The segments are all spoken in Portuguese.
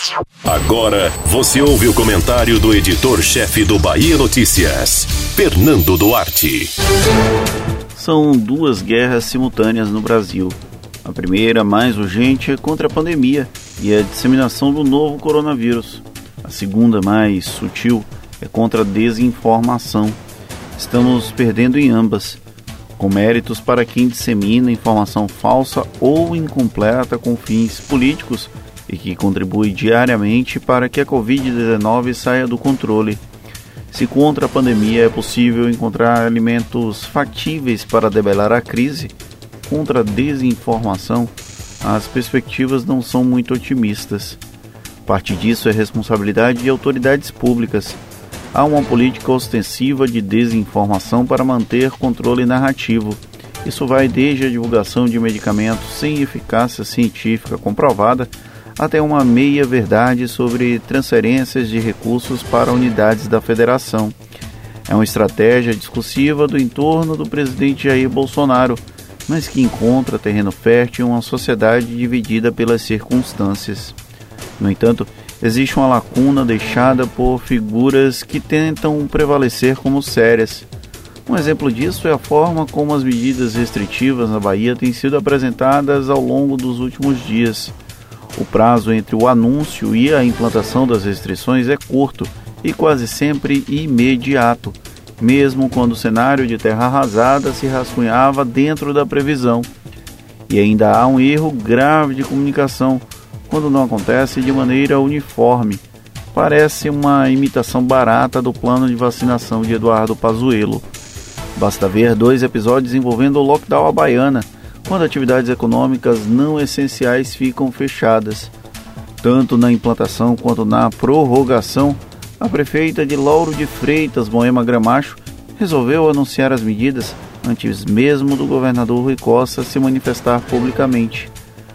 Agora você ouve o comentário do editor-chefe do Bahia Notícias, Fernando Duarte. São duas guerras simultâneas no Brasil. A primeira, mais urgente, é contra a pandemia e a disseminação do novo coronavírus. A segunda, mais sutil, é contra a desinformação. Estamos perdendo em ambas, com méritos para quem dissemina informação falsa ou incompleta com fins políticos e que contribui diariamente para que a Covid-19 saia do controle. Se contra a pandemia é possível encontrar alimentos factíveis para debelar a crise, contra a desinformação, as perspectivas não são muito otimistas. Parte disso é responsabilidade de autoridades públicas. Há uma política ostensiva de desinformação para manter controle narrativo. Isso vai desde a divulgação de medicamentos sem eficácia científica comprovada até uma meia-verdade sobre transferências de recursos para unidades da federação. É uma estratégia discursiva do entorno do presidente Jair Bolsonaro, mas que encontra terreno fértil em uma sociedade dividida pelas circunstâncias. No entanto, existe uma lacuna deixada por figuras que tentam prevalecer como sérias. Um exemplo disso é a forma como as medidas restritivas na Bahia têm sido apresentadas ao longo dos últimos dias. O prazo entre o anúncio e a implantação das restrições é curto e quase sempre imediato, mesmo quando o cenário de terra arrasada se rascunhava dentro da previsão. E ainda há um erro grave de comunicação, quando não acontece de maneira uniforme. Parece uma imitação barata do plano de vacinação de Eduardo Pazuello. Basta ver 2 episódios envolvendo o lockdown à baiana, quando atividades econômicas não essenciais ficam fechadas. Tanto na implantação quanto na prorrogação, a prefeita de Lauro de Freitas, Moema Gramacho, resolveu anunciar as medidas antes mesmo do governador Rui Costa se manifestar publicamente.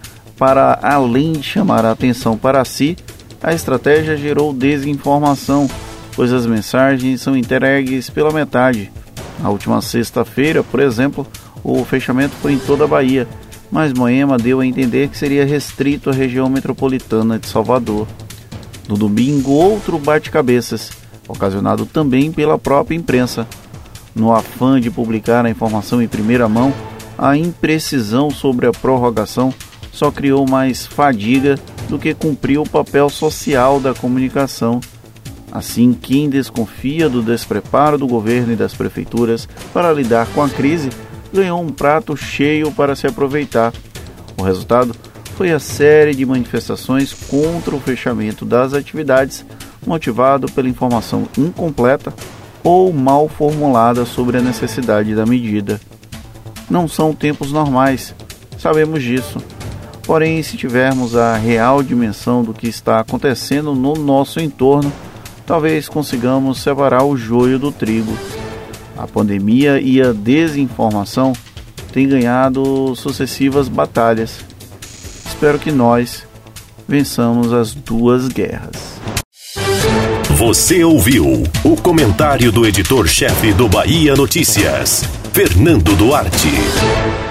Para além de chamar a atenção para si, a estratégia gerou desinformação, pois as mensagens são entregues pela metade. Na última sexta-feira, por exemplo, o fechamento foi em toda a Bahia, mas Moema deu a entender que seria restrito à região metropolitana de Salvador. No domingo, outro bate-cabeças, ocasionado também pela própria imprensa. No afã de publicar a informação em primeira mão, a imprecisão sobre a prorrogação só criou mais fadiga do que cumpriu o papel social da comunicação. Assim, quem desconfia do despreparo do governo e das prefeituras para lidar com a crise, ganhou um prato cheio para se aproveitar. O resultado foi a série de manifestações contra o fechamento das atividades, motivado pela informação incompleta ou mal formulada sobre a necessidade da medida. Não são tempos normais, sabemos disso. Porém, se tivermos a real dimensão do que está acontecendo no nosso entorno, talvez consigamos separar o joio do trigo. A pandemia e a desinformação têm ganhado sucessivas batalhas. Espero que nós vençamos as duas guerras. Você ouviu o comentário do editor-chefe do Bahia Notícias, Fernando Duarte.